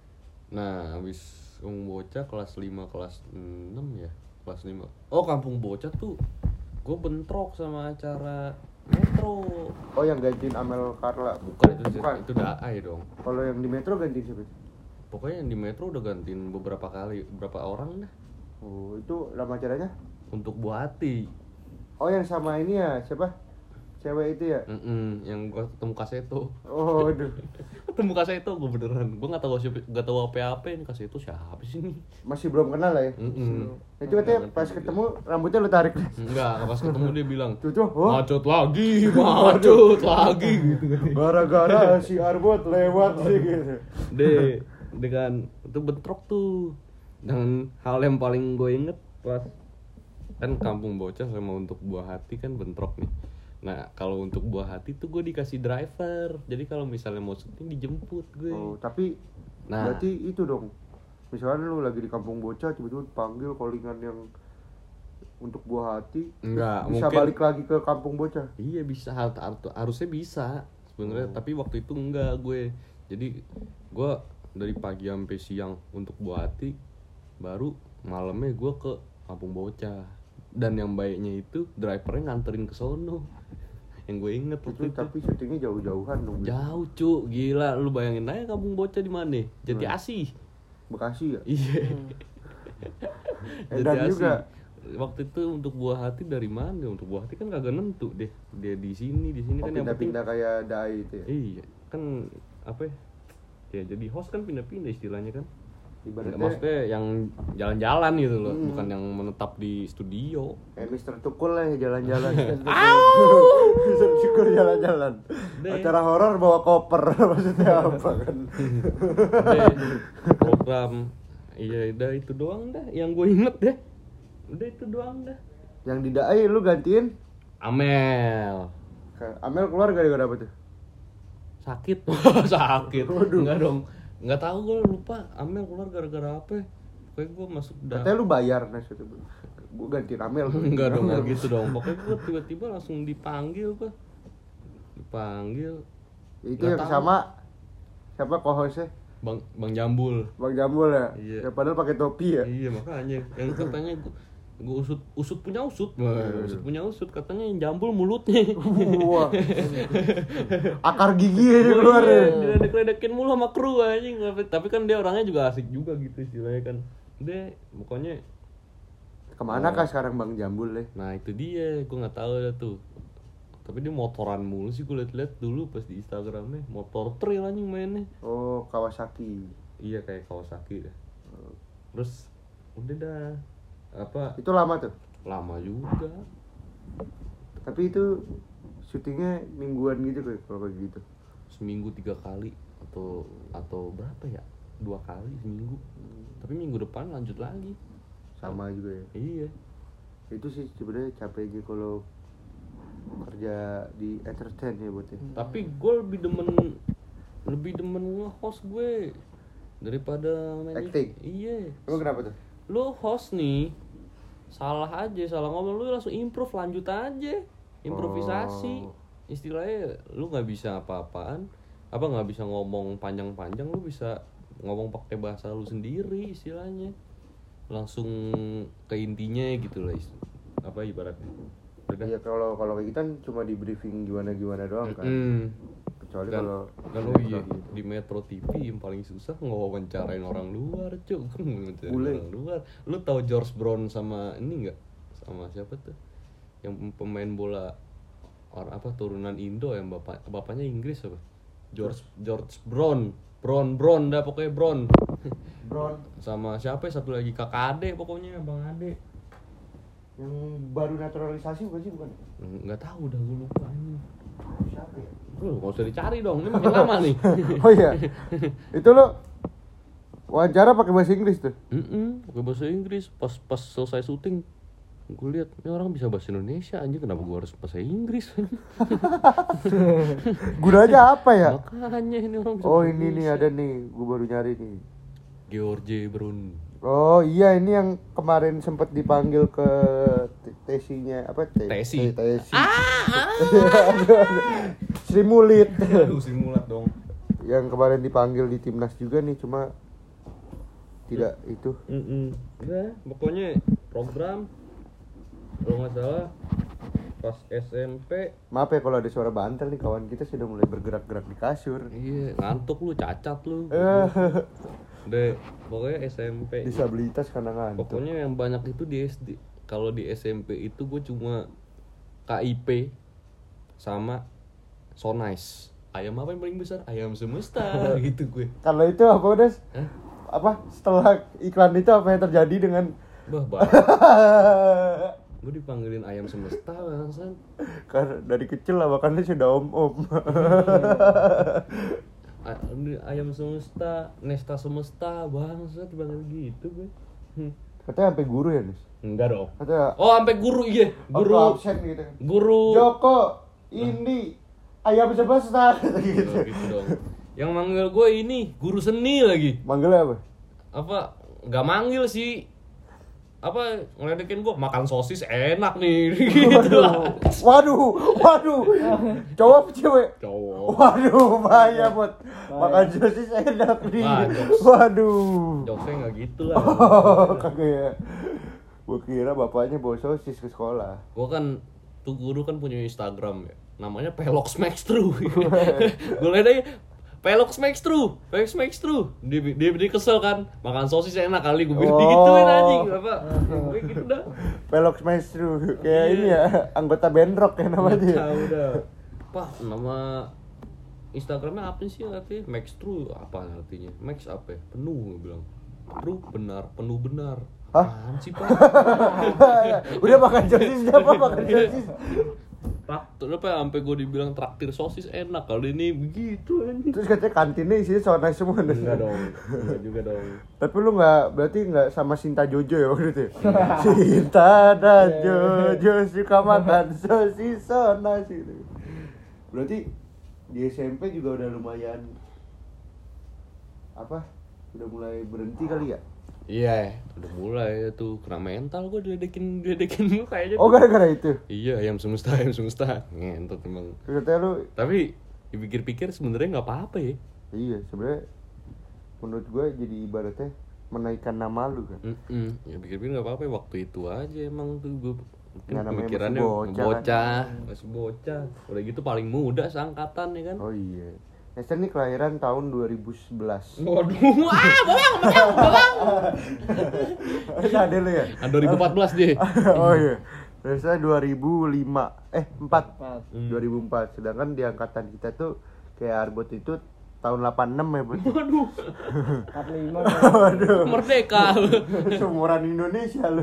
Nah, habis Kampung Bocah kelas lima, kelas enam ya. Kelas lima. Oh, Kampung Bocah tuh gue bentrok sama acara Metro. Oh, yang gantiin Amel Carla. Bukan itu Bukan. itu Daai dong. Kalau yang di Metro gantiin siapa? Pokoknya yang di Metro udah gantiin beberapa kali, beberapa orang dah. Oh, itu nama acaranya? Untuk buah hati. Oh, yang sama ini ya, siapa? Cewek itu ya? Mm-mm, yang gua ketemu Kaseto. Oh, aduh. Ketemu Kaseto gue beneran. Gue nggak tahu siapa, nggak tahu apa-apa ini Kaseto siapa sih ini. Masih belum kenal lah ya? Mm-mm. Itu katanya pas ketemu rambutnya lu tarik. Enggak, pas ketemu dia bilang, Tuh tuh, oh. macet lagi, macet lagi gitu kan. Gara-gara si Arbot lewat sih gitu. Deh, dengan itu bentrok tuh. Dan hal yang paling gue inget pas kan Kampung Bocah sama Untuk Buah Hati kan bentrok nih. Nah, kalau Untuk Buah Hati tuh gue dikasih driver. Jadi kalau misalnya mau syuting dijemput gue. Oh, tapi Nah. berarti itu dong. Misalnya lu lagi di Kampung Bocah tiba-tiba dipanggil callingan yang Untuk Buah Hati. Enggak, Bisa mungkin- balik lagi ke Kampung Bocah. Iya bisa, har- har- harusnya bisa sebenarnya, Oh. tapi waktu itu enggak gue. Jadi gue dari pagi sampai siang Untuk Buah Hati, baru malamnya gue ke Kampung Bocah. Dan yang baiknya itu drivernya nganterin ke sono. Yang gue inget Itu waktu itu. tapi syutingnya jauh-jauhan dong. Jauh cu, gila lu bayangin aja Kampung Bocah di mana? Jati Hmm. Asih. Bekasi ya? Iya. Edan juga. Waktu itu Untuk Buah Hati dari mana? Untuk Buah Hati kan kagak nentu deh. Dia di sini, di sini Oh, kan yang penting. pindah-pindah kayak Dai itu ya? Iya, kan apa ya? Ya jadi host kan pindah-pindah istilahnya kan. Nggak, Ibaratnya maksudnya yang jalan-jalan gitu loh, Hmm. bukan yang menetap di studio. kayak mister Tukul lah ya, jalan-jalan. mister Tukul jalan-jalan. Deh. Acara horor bawa koper. Maksudnya apa kan? Udah program, iya udah itu doang dah yang gue inget deh. Udah itu doang dah. Yang di Dai lu gantiin Amel Amel keluar gara-gara apa tuh? sakit. Sakit. Waduh. Enggak dong. Enggak tahu gue lupa Amel keluar gara-gara apa. Pokoknya gue masuk dah. Katanya lu bayar nah situ. Gua gantiin Amel. Enggak dong, enggak gitu dong. Pokoknya gue tiba-tiba langsung dipanggil gue. Dipanggil Itu Nggak yang tahu. sama siapa co-hostnya? Bang Bang Jambul. Bang Jambul ya? Iya. Ya padahal pakai topi ya? Iya makanya yang katanya gue gue usut usut punya usut, Wah, usut punya usut katanya yang jambul mulutnya. Wah. Akar gigi aja keluar ya. Diledek-ledekin mulu sama kru anjing. Tapi kan dia orangnya juga asik juga gitu istilahnya kan. Dia pokoknya Kemana Oh. kah sekarang Bang Jambul ya? nah itu dia, gue nggak tahu ya tuh. Tapi dia motoran mulu sih gue liat-liat dulu pas di Instagramnya, motor trail anjing mainnya. Oh, Kawasaki. Iya kayak Kawasaki dah. Terus udah dah apa Itu lama tuh. lama juga. Tapi itu syutingnya mingguan gitu kayak kalau kayak gitu. Seminggu tiga kali atau atau berapa ya, dua kali seminggu. Tapi minggu depan lanjut lagi. Sama juga ya. Iya. Itu sih sebenarnya capeknya kalau kerja di entertain ya buatnya. Tapi gue lebih demen lebih demen nge-host gue daripada main Acting? Iya. Emang kenapa tuh? Lu host nih, salah aja, salah ngomong lu langsung improve, lanjut aja. Improvisasi. Oh. Istilahnya lu nggak bisa apa-apaan, apa nggak bisa ngomong panjang-panjang, lu bisa ngomong pakai bahasa lu sendiri istilahnya. Langsung ke intinya gitu lah, apa ibaratnya. Udah. Iya kalau kalau kayak gitu kan cuma di briefing gimana-gimana doang kan. Mm. Kecuali Kan, kalau kan oh iya di Metro T V yang paling susah ngewawancarain orang luar, cuy. Ngewawancarain Bule. orang luar. Lu tahu George Brown sama ini enggak? Sama siapa tuh? Yang pemain bola orang apa turunan Indo yang bapak bapaknya Inggris apa? George George Brown. Brown Brown dah pokoknya Brown. Bron Sama siapa ya? Satu lagi Kakak Ade pokoknya, Bang Ade. yang baru naturalisasi bukan sih bukan? Enggak tahu udah gue lupa ini. Siapa ya? Lu enggak usah dicari dong, ini makin lama nih. Oh iya. Itu lo wawancara pakai bahasa Inggris tuh. Mm pakai bahasa Inggris. Pas pas selesai syuting, gue lihat ini orang bisa bahasa Indonesia anjing, kenapa gue harus bahasa Inggris? Gunanya apa ya? Makanya ini orang bisa Oh bahasa ini nih Indonesia. ada nih, gue baru nyari nih. George Brown. Oh iya ini yang kemarin sempat dipanggil ke te- tesinya apa te- Tesi. te- tesi. Sri Mulit. Aduh simulat dong. Yang kemarin dipanggil di timnas juga nih, cuma tidak itu. Mm-mm. Udah, pokoknya program kalau nggak salah pas S M P. Maaf ya kalau ada suara bantal nih, kawan kita sudah mulai bergerak-gerak di kasur. Iya, ngantuk lu, cacat lu. Eh, Udah, pokoknya S M P. disabilitas karena ngantuk. Pokoknya yang banyak itu di S D. Kalau di S M P itu gue cuma K I P sama So Nice. Ayam apa yang paling besar? Ayam semesta gitu gue. Kalau itu apa udah? Hah? Apa setelah iklan itu apa yang terjadi dengan Bah, bah. Gue dipanggilin ayam semesta bangsan. karena dari kecil lah makannya sudah om-om. A- ayam semesta, Nesta semesta, bangsat dipanggil gitu gue. Hmm. Katanya sampai guru ya, Nis? Enggak dong. Katanya Oh, sampai guru iya. guru Guru. absen gitu. Guru. Joko, ini ayam semesta Oh, gitu. gitu dong. Yang manggil gue ini guru seni lagi. Manggilnya apa? Apa? Gak manggil sih. Apa ngeledekin gue makan sosis enak nih gitu lah. Waduh, waduh. Cowok apa cewek? Cowok. Waduh, bahaya buat makan sosis enak nih. Wah, jokes. Waduh. Jokesnya nggak gitu lah. Oh, kagak ya. Gua kira bapaknya bawa sosis ke sekolah. Gue kan tuh guru kan punya Instagram ya. Namanya Pelox Max True. Gue liat aja Pelox Max True, Pelox Max True. Dia, dia, dia kesel kan, makan sosis enak kali gue bilang Oh. digituin anjing, apa? Gue gitu dah. Pelok Maestro kayak Iya. ini ya, anggota band rock ya namanya. Nggak tahu dah. Pak, nama Instagramnya apa sih artinya? Max True apa artinya? Max apa ya? Penuh gue bilang. True benar, penuh benar. Hah? Apaan sih Pak? Udah makan sosis siapa makan sosis? Traktir apa ya? Sampai gue dibilang traktir sosis enak kali ini begitu anjing. Terus katanya kantinnya isinya sosis semua. Enggak dong, enggak juga dong. Tapi lu nggak, berarti nggak sama Sinta Jojo ya waktu itu? Sinta dan Jojo suka makan sosis sonas gitu. Berarti di S M P juga udah lumayan apa? Udah mulai berhenti kali ya? Iya, udah mulai tuh kena mental gue diledekin diledekin lu kayaknya. Oh gara-gara itu? Iya, ayam semesta, ayam semesta. Ngentot emang. Terus katanya lu, Tapi dipikir-pikir sebenarnya nggak apa-apa ya. iya sebenarnya menurut gue jadi ibaratnya menaikkan nama lu kan. Mm-mm. Ya pikir-pikir nggak apa-apa ya. Waktu itu aja emang tuh gue Ya, namanya pemikirannya masih bocah, bocah, kan. masih bocah. Udah gitu paling muda seangkatan ya kan. Oh iya. Nesta nih kelahiran tahun dua ribu sebelas. Waduh, ah, bohong, bohong, bohong. Ada lu ya? Ah, dua ribu empat belas deh. Oh iya. Nesta dua ribu lima eh empat. Empat. Hmm. dua ribu empat. Sedangkan di angkatan kita tuh kayak Arbot itu tahun delapan enam ya, Bud. Waduh, Empat lima. Waduh. merdeka. Seumuran Indonesia lu.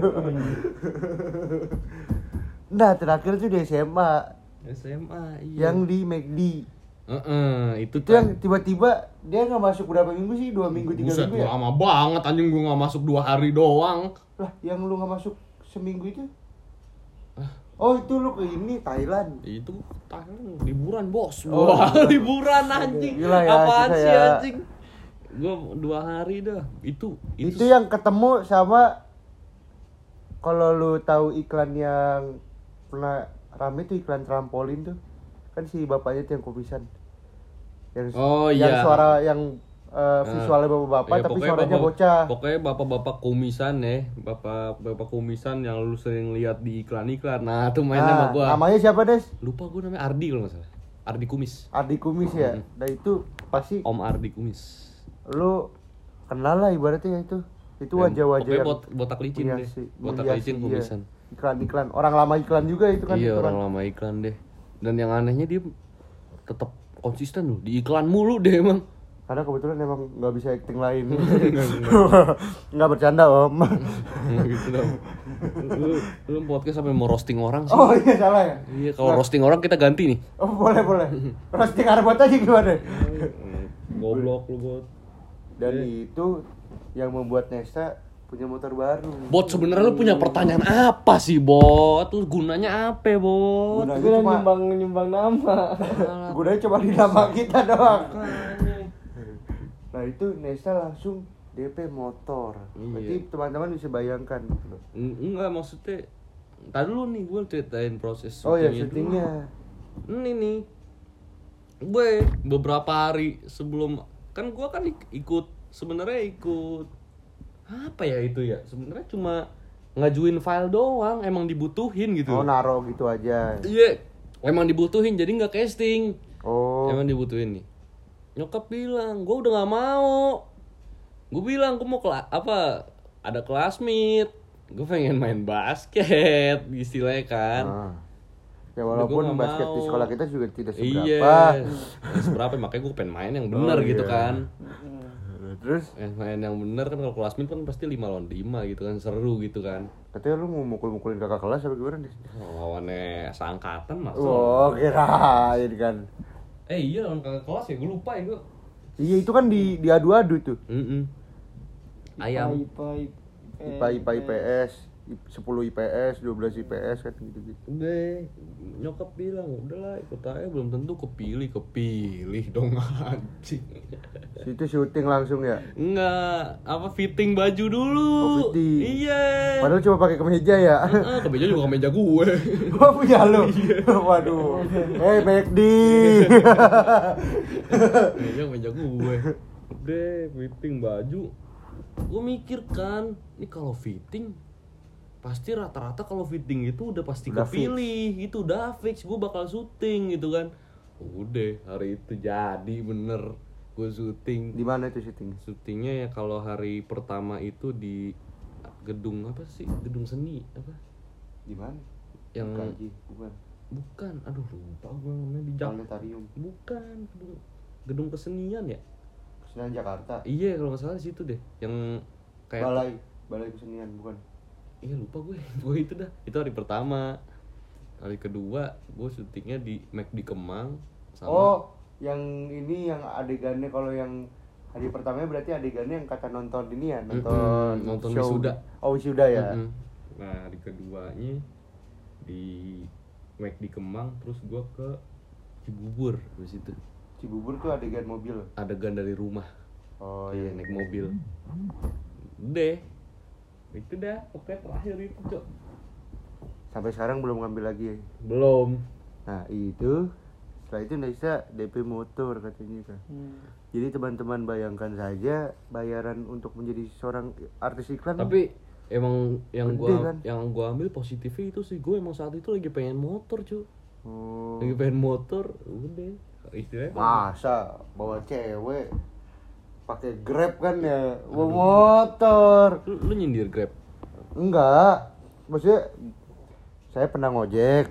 Nah, terakhir tuh di S M A S M A, iya. yang di McD. Heeh, itu Itu yang tiba-tiba dia nggak masuk berapa minggu sih? Dua minggu, tiga Buset, minggu ya? lama banget anjing gua nggak masuk dua hari doang. Lah, yang lu nggak masuk seminggu itu? Oh, itu lu ke ini Thailand. Itu Thailand liburan bos. Oh. Wah, liburan anjing. Gila ya, Apaan kita sih ya. anjing? Gua dua hari dah. Itu Itu, yang ketemu sama, kalau lu tahu iklan yang pernah rame tuh iklan trampolin tuh. Kan si bapaknya tuh yang kumisan. Yang Oh, yang iya. suara yang uh, visualnya bapak-bapak Ya, tapi pokoknya suaranya bapak- bocah. Pokoknya bapak-bapak kumisan ya, bapak-bapak kumisan yang lu sering lihat di iklan-iklan. Nah, tuh mainnya sama Nah, gua. namanya siapa, Des? Lupa gua namanya Ardi kalau nggak salah. Ardi Kumis. Ardi Kumis ya. Hmm. Nah, itu pasti Om Ardi Kumis. lu kenal lah ibaratnya itu. Itu Ya, wajah-wajah pokoknya yang bot, botak licin deh. menghiasi- Botak menghiasi, licin iya. kumisan. Iklan-iklan. Orang lama iklan juga itu kan. Iya, itu kan. orang lama iklan deh. Dan yang anehnya dia tetap konsisten loh, di iklan mulu deh emang. Karena kebetulan emang nggak bisa acting lain. Nggak bercanda, Om. Gitu dong. Lu, lu podcast sampai mau roasting orang sih. Oh iya, salah ya. Iya, kalau roasting orang kita ganti nih. Oh, boleh, boleh. Roasting Arbot aja gimana? Goblok lu, Bot. Dan itu yang membuat Nesta punya motor baru. Bot, sebenarnya lu punya pertanyaan apa sih, Bot? Lu gunanya apa, Bot? Gunanya Gue udah cuma- nyumbang nyumbang nama. Gunanya cuma di nama kita doang. Nah, itu Nesta langsung D P motor. Iya. Berarti teman-teman bisa bayangkan gitu loh. Eng- Enggak, maksudnya tadi dulu nih gue ceritain proses Oh ya, syutingnya dulu. syutingnya. Ini nih, gue beberapa hari sebelum, kan gue kan ik- ikut sebenarnya ikut apa ya itu ya? Sebenarnya cuma ngajuin file doang, emang dibutuhin gitu. Oh, naro gitu aja. Iya, emang dibutuhin jadi nggak casting. Oh. Emang dibutuhin nih. Nyokap bilang, gue udah nggak mau. Gue bilang, gue mau kela- apa? Ada classmate. Gue pengen main basket, istilahnya kan. Ah. Ya Udah, walaupun gua nggak basket di mau. sekolah kita juga tidak Iya, seberapa. nggak seberapa makanya gue pengen main yang bener Oh, gitu iya. kan. Terus Eh, main yang bener kan kalau classmate kan pasti lima lawan lima gitu kan, seru gitu kan. katanya lu mau mukul-mukulin kakak kelas apa gimana nih? Lawannya seangkatan masuk. Oh, kirain kan. Eh iya lawan kakak kelas ya, gue lupa ya gue. Iya, itu kan di diadu-adu tuh. Mm-mm. Ayam. I P A, I P A, I P A, I P S, sepuluh I P S, dua belas I P S kan gitu-gitu. Udah, nyokap bilang udahlah ikut aja, belum tentu kepilih, kepilih dong anjing. Itu syuting langsung ya. Enggak, apa fitting baju dulu. Oh, fitting. Iya. Padahal cuma pakai kemeja ya. Heeh, kemeja juga kemeja gue. Oh, punya lu. Waduh. Eh, McD. Kemeja kemeja gue. Udah, fitting baju. Gue mikir kan, ini kalau fitting pasti rata-rata kalau fitting itu udah pasti Udah kepilih, itu udah fix gue bakal syuting gitu kan. Udah, hari itu jadi bener gue syuting. Di mana itu syuting? Syutingnya ya kalau hari pertama itu di gedung apa sih? Gedung seni apa? Di mana? Yang K J, bukan. bukan, aduh lupa gue namanya di Jak. Planetarium. Bukan, gedung, gedung kesenian ya? Kesenian Jakarta. Iya kalau nggak salah di situ deh, yang kayak Balai, Balai Kesenian, bukan. iya lupa gue, gue itu dah, itu hari pertama. Hari kedua gue syutingnya di Mac di Kemang sama Oh, yang ini yang adegannya kalau yang hari pertamanya berarti adegannya yang kata nonton ini ya, nonton Mm-mm, nonton show. wisuda. Oh, wisuda ya. Mm-mm. Nah hari keduanya di Mac di Kemang, terus gue ke Cibubur di situ. Cibubur tuh adegan mobil. Adegan dari rumah, Oh iya iya. naik mobil. Deh, itu dah, pokoknya terakhir itu cok. Sampai sekarang belum ngambil lagi ya. Belum. Nah, itu setelah itu Naisa D P motor katanya kan. Hmm. Jadi teman-teman bayangkan saja bayaran untuk menjadi seorang artis iklan. Tapi emang yang Gede gua kan? yang gua ambil positifnya itu sih, gue emang saat itu lagi pengen motor cu. Oh, Lagi pengen motor, udah istilahnya masa bawa cewek pakai Grab kan ya, bawa motor. lu, lu nyindir Grab. Enggak, maksudnya saya pernah ngojek.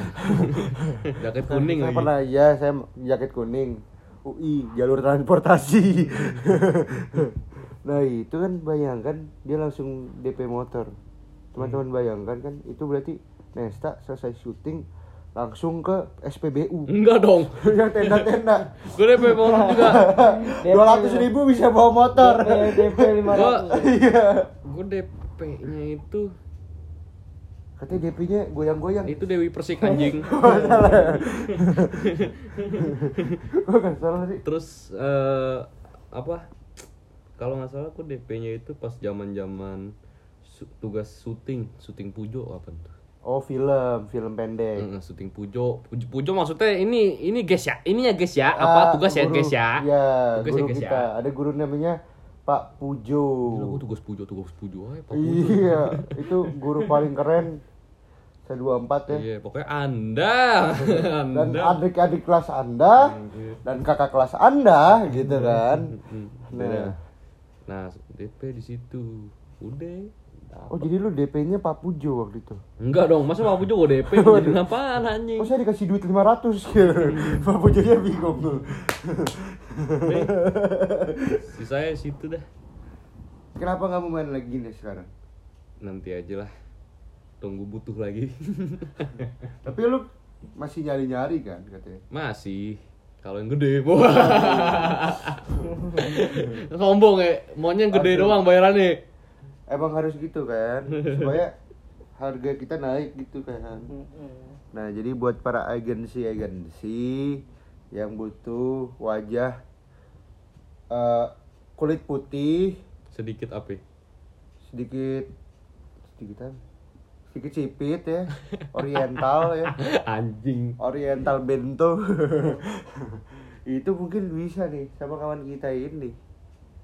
Jaket kuning Saya lagi. pernah, iya, saya jaket kuning. U I, jalur transportasi. Nah itu kan bayangkan dia langsung D P motor. Teman-teman bayangkan kan itu berarti Nesta selesai syuting langsung ke S P B U. Enggak dong. Yang tenda-tenda. Gue D P motor juga. Dua ratus ribu bisa bawa motor. D P lima ratus. Iya. Gue D P-nya itu Katanya D P-nya goyang-goyang. itu Dewi Persik anjing. Gue gak salah sih. Terus eh, apa? Kalau nggak salah gue D P-nya itu pas zaman-zaman su- tugas syuting, syuting Pujo apa tuh? Oh, film, film pendek. Mm, syuting Pujo. Pujo. Pujo maksudnya ini ini guys ya. Ininya guys ya. Ah, Apa tugas ya guru. guys ya? Iya, Tugas ya guru guys kita. ya. Ada guru namanya Pak Pujo. Gila, gue tugas Pujo, tugas Pujo aja Pak Pujo. Iya, itu guru paling keren. Saya dua puluh empat ya. Iya, pokoknya Anda. Dan Anda. adik-adik kelas Anda dan kakak kelas Anda gitu kan. Nah, Nah. nah D P di situ. Udah. Oh, jadi lu D P-nya Pak Pujo waktu itu. Enggak dong, masa Pak Pujo gue D P jadi apaan anjing? Oh, saya dikasih duit lima ratus gitu. Pak Pujonya bingung tuh. Si saya situ dah. Kenapa nggak mau main lagi nih sekarang? Nanti aja lah. Tunggu butuh lagi. Tapi lu masih nyari-nyari kan katanya. Masih. Kalau yang gede, sombong ya, maunya yang gede Aduh. doang bayarannya. Emang harus gitu kan, supaya harga kita naik gitu kan. Nah, jadi buat para agensi-agensi yang butuh wajah eh, kulit putih, Sedikit apa? sedikit sedikit apa? Sedikit sipit ya, oriental ya, Anjing. oriental bento. Itu mungkin bisa nih sama kawan kita ini.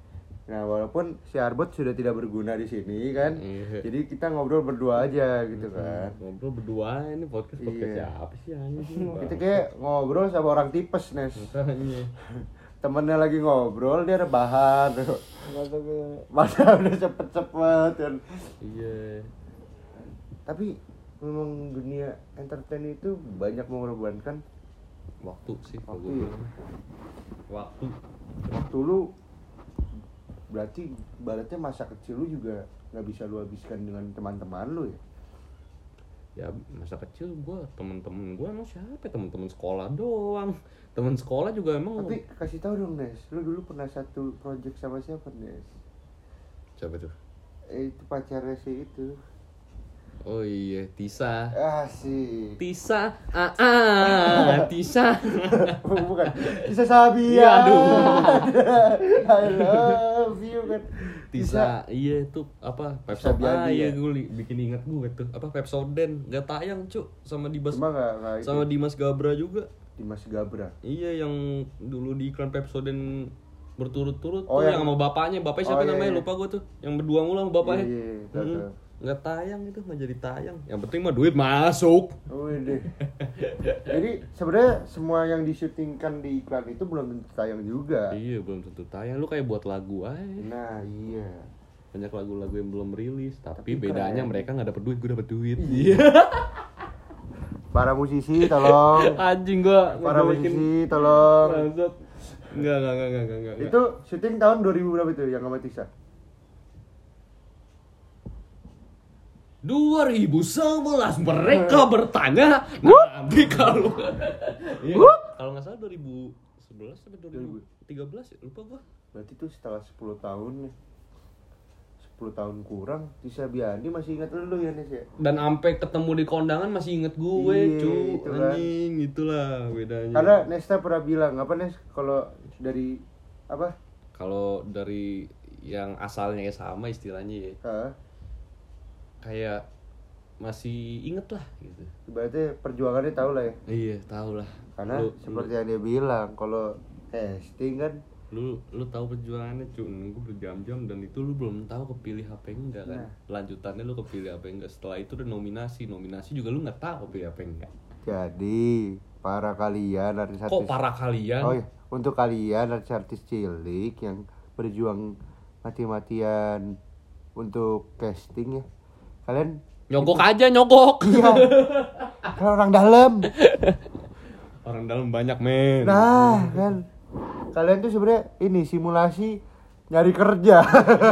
Nah, walaupun si Arbot sudah tidak berguna di sini kan. Iya. Jadi kita ngobrol berdua aja gitu kan. Ngobrol berdua ini podcast podcast Iya. siapa sih anjing? Kita kayak ngobrol sama orang tipes, Nes. Makanya. Temennya lagi ngobrol, dia rebahan. Kata gue Masa udah cepet-cepet kan. Iya. Tapi memang dunia entertain itu banyak mengorbankan Waktu sih kalau Waktu gue ya? bilang. Waktu. waktu lu. Berarti baratnya masa kecil lu juga nggak bisa lu habiskan dengan teman-teman lu ya? Ya masa kecil gue temen-temen gue emang siapa ya? Temen-temen sekolah doang. Temen sekolah juga emang. Tapi kasih tahu dong, Nes, lu dulu pernah satu project sama siapa, Nes? Siapa tuh? Eh, itu pacarnya si itu. Oh iya, Tisa. Ah sih. Tisa, ah, ah Tisa. Bukan. Bisa Sabia. Iya, aduh. I love you kan. Tisa, iya itu apa? Tisa Pepsodent. Ah Biagi iya ya? gue li- bikin inget gue tuh. Apa Pepsodent? Gak tayang, Cuk. Sama Dimas Cuma nggak nggak itu. sama Dimas Gabra juga. Dimas Gabra. Iya yang dulu di iklan Pepsodent berturut-turut Oh, tuh yang- yang sama bapaknya. Bapaknya siapa Oh, iya, namanya? iya. Lupa gue tuh. Yang berdua mulu sama bapaknya. Iya, iya, tahu, Mm-mm. tahu. Nggak tayang itu, nggak jadi tayang. Yang penting mah duit masuk. Oh deh. Jadi sebenarnya semua yang disyutingkan di iklan itu belum tentu tayang juga. Iya belum tentu tayang. Lu kayak buat lagu aja. Nah iya. Banyak lagu-lagu yang belum rilis. Tapi, Tapi bedanya keren. mereka nggak dapet duit, gue dapet duit. Iya. Para musisi tolong. Anjing gua. Para ngejelekin. musisi tolong. Bangsat. Enggak, enggak, enggak, enggak, enggak. Itu syuting tahun dua ribu berapa itu yang sama Tisa? dua ribu sebelas mereka bertanya nanti kalau iya, kalau nggak salah dua ribu sebelas sampai dua ribu tiga belas ya lupa gua. Berarti itu setelah sepuluh tahun nih. sepuluh tahun kurang Tisa Biandi masih ingat lu ya, Nes ya? Dan sampai ketemu di kondangan masih inget gue, Iya, cu. itu kan. Anjing, itulah bedanya. Karena Nesta pernah bilang apa, Nes, kalau dari apa? Kalau dari yang asalnya ya sama istilahnya ya, Hah? kayak masih inget lah gitu. Ibaratnya perjuangannya tahu lah ya. Iya, tahu lah. Karena Lu- seperti yang dia bilang, kalau casting kan lu lu tahu perjuangannya cu, nunggu berjam-jam dan itu lu belum tahu kepilih apa enggak kan. Nah. Lanjutannya lu kepilih apa enggak, setelah itu udah nominasi nominasi juga lu nggak tahu kepilih apa enggak. jadi para kalian artis-artis. Kok para kalian Oh iya, untuk kalian artis-artis cilik yang berjuang mati-matian untuk casting ya, kalian nyogok aja nyogok. iya, kan orang dalam. Orang dalam banyak men. Nah kan, kalian tuh sebenarnya ini simulasi nyari kerja.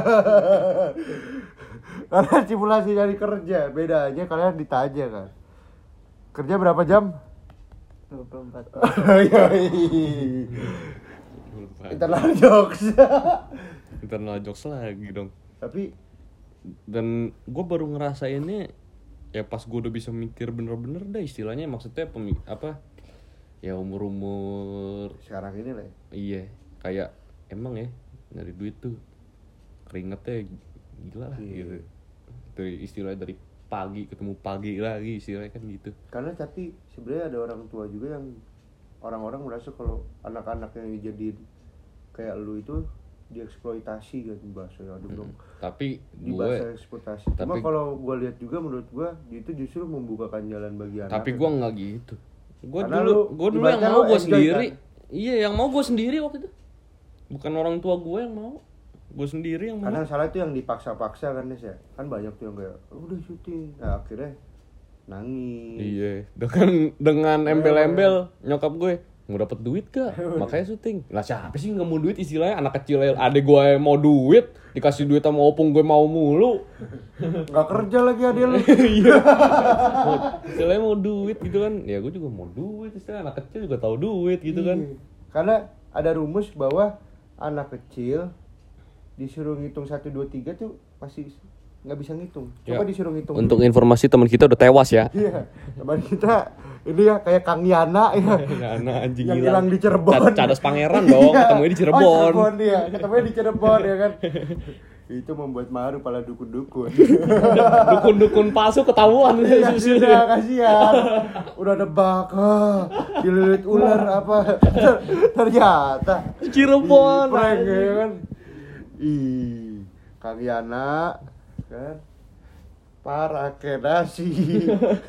Kalian simulasi nyari kerja, bedanya kalian ditanya kan, kerja berapa jam? dua puluh empat. Yoi. Internal jokes. Internal jokes lagi dong. Tapi Dan gue baru ngerasainnya ya pas gue udah bisa mikir bener-bener dah istilahnya, maksudnya pemi apa ya umur-umur sekarang ini lah ya. iya kayak emang ya nyari duit tuh keringetnya gila lah Iya. gitu. Dari istilah dari pagi ketemu pagi lagi istilahnya kan gitu. Karena tapi sebenarnya ada orang tua juga yang orang-orang merasa kalau anak-anak yang dijadiin kayak lu itu dieksploitasi kan bahasanya, aduh dong. Tapi Di gue bahasa eksploitasi. Cuma tapi- kalau gue lihat juga, menurut gue itu justru membukakan jalan bagi anak. tapi gue nggak gitu. Gue Karena dulu lu- gue dulu yang ibaratnya mau lu gue enjoy, sendiri. kan? Iya yang mau gue sendiri waktu itu. Bukan orang tua gue yang mau. Gue sendiri yang mau. Karena salah itu yang dipaksa-paksa kan, Nes ya. Kan banyak tuh yang kayak udah syuting. Nah, akhirnya nangis. Iya, dengan dengan embel-embel nyokap gue mau dapet duit gak? Makanya syuting. Lah siapa sih nggak mau duit istilahnya anak kecil adek gue yang mau duit dikasih duit sama opung gue mau mulu. Nggak kerja lagi adek lu. Iya. Mau- Istilahnya mau duit gitu kan? Ya gue juga mau duit istilahnya anak kecil juga tahu duit gitu kan? Iya. Karena ada rumus bahwa anak kecil disuruh ngitung satu dua tiga tuh masih nggak bisa ngitung. Coba Ya. disuruh ngitung. Untuk informasi teman kita udah tewas ya. Iya, teman kita ini ya kayak Kang Yana ya. Anak anjing Yang hilang. hilang di Cirebon. Ca- Cadas Pangeran dong, Iya. ketemunya di Oh, Cirebon. Cirebon dia, ketemunya di Cirebon ya kan. Itu membuat malu pala dukun-dukun. Dukun-dukun palsu ketahuan. Iya, sudah kasihan. Udah nebak, ah, dililit ular apa. Ternyata Cirebon. prank ya kan. Ih, Kang Yana kan para kedasi.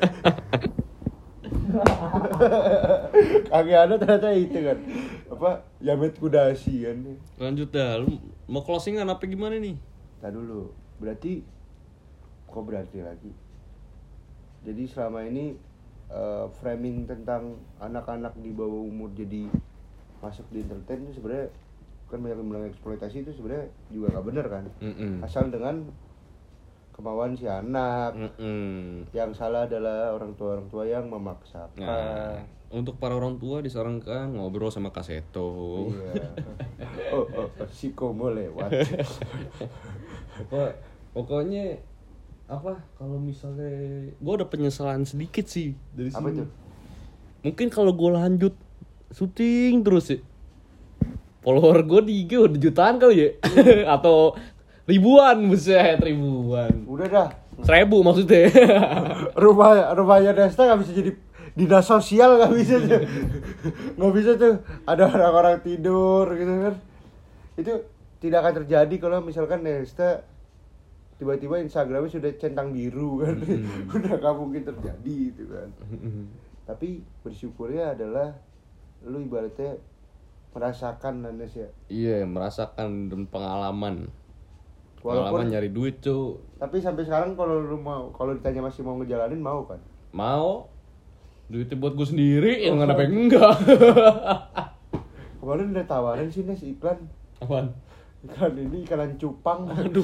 Kang Yana ternyata itu kan apa Yamet Kudasi kan. Lanjut dah, lu mau closingan apa gimana nih? Nah dulu, berarti kok berarti lagi. Jadi selama ini uh, framing tentang anak-anak di bawah umur jadi masuk di entertain itu sebenarnya kan banyak yang bilang eksploitasi itu sebenarnya juga nggak bener kan. Mm-mm. Asal dengan kemauan si anak. Mm-mm. Yang salah adalah orang tua orang tua yang memaksakan. Nah, untuk para orang tua disarankan ngobrol sama Kaseto. Iya. Oh, oh, oh, si Komo lewat. Pokok- Pokoknya apa? Kalau misalnya gue ada penyesalan sedikit sih dari sini. Apa itu? Mungkin kalau gue lanjut syuting terus ya, follower gue di I G udah jutaan kali ya. Atau ribuan, buset, ribuan. Udah dah. Seribu maksudnya. Rumah rumahnya Desta nggak bisa jadi dinas sosial, nggak bisa tuh. Nggak bisa tuh. Ada orang-orang tidur gitu kan. Itu tidak akan terjadi kalau misalkan Desta tiba-tiba Instagramnya sudah centang biru kan. Hmm. Udah nggak mungkin terjadi itu kan. Tapi bersyukurnya adalah lu ibaratnya merasakan Nanes ya. Iya, merasakan dan pengalaman. Pengalaman Walaupun nyari duit, cu. tapi sampai sekarang kalau lu mau kalau ditanya masih mau ngejalanin mau kan? Mau duitnya buat gue sendiri, yang kenapa enggak? Kemarin udah tawarin sih Nes iklan. Apaan? Iklan ini iklan cupang. Aduh.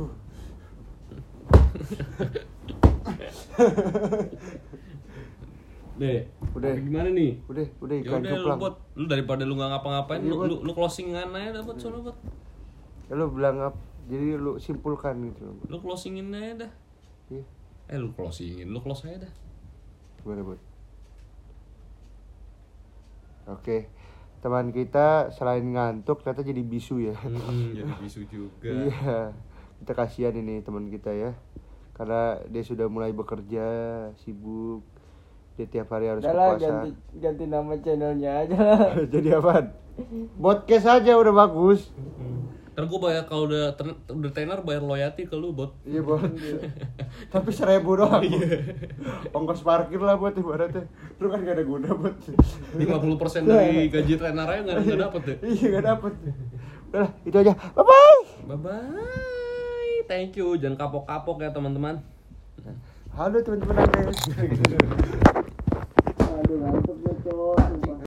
Deh, Udah. apa gimana nih? Udah, udah Ya iklan udah lu cuplang. buat lu daripada lu nggak ngapa-ngapain, Iya, lu, Bot. lu lu closingan aja dapat sono buat. Ya lu bilang apa? Jadi lu simpulkan gitu. Lu closingin aja dah. Iya. Eh lu closingin, lu close aja dah. Gimana, Bud? Oke. Teman kita selain ngantuk ternyata jadi bisu ya. Jadi bisu juga. Iya. Kita kasihan ini teman kita ya. Karena dia sudah mulai bekerja, sibuk. Dia tiap hari harus ke Udah lah, pasar. ganti ganti nama channelnya aja lah. Jadi apaan? Podcast aja udah bagus. Ntar gue bayar kalau udah ter- udah tenar bayar loyalty ke lu, Bot. Iya, Bos. Tapi seribu doang. Ongkos parkir lah buat ibaratnya. Lu kan gak ada guna buat. lima puluh persen dari gaji tenar aja enggak enggak dapet deh. Iya, gak dapet. Udah, itu aja. Bye bye. Bye bye. Thank you. Jangan kapok-kapok ya, teman-teman. Halo teman-teman Andes. Aduh, ngantuk ya, cowok.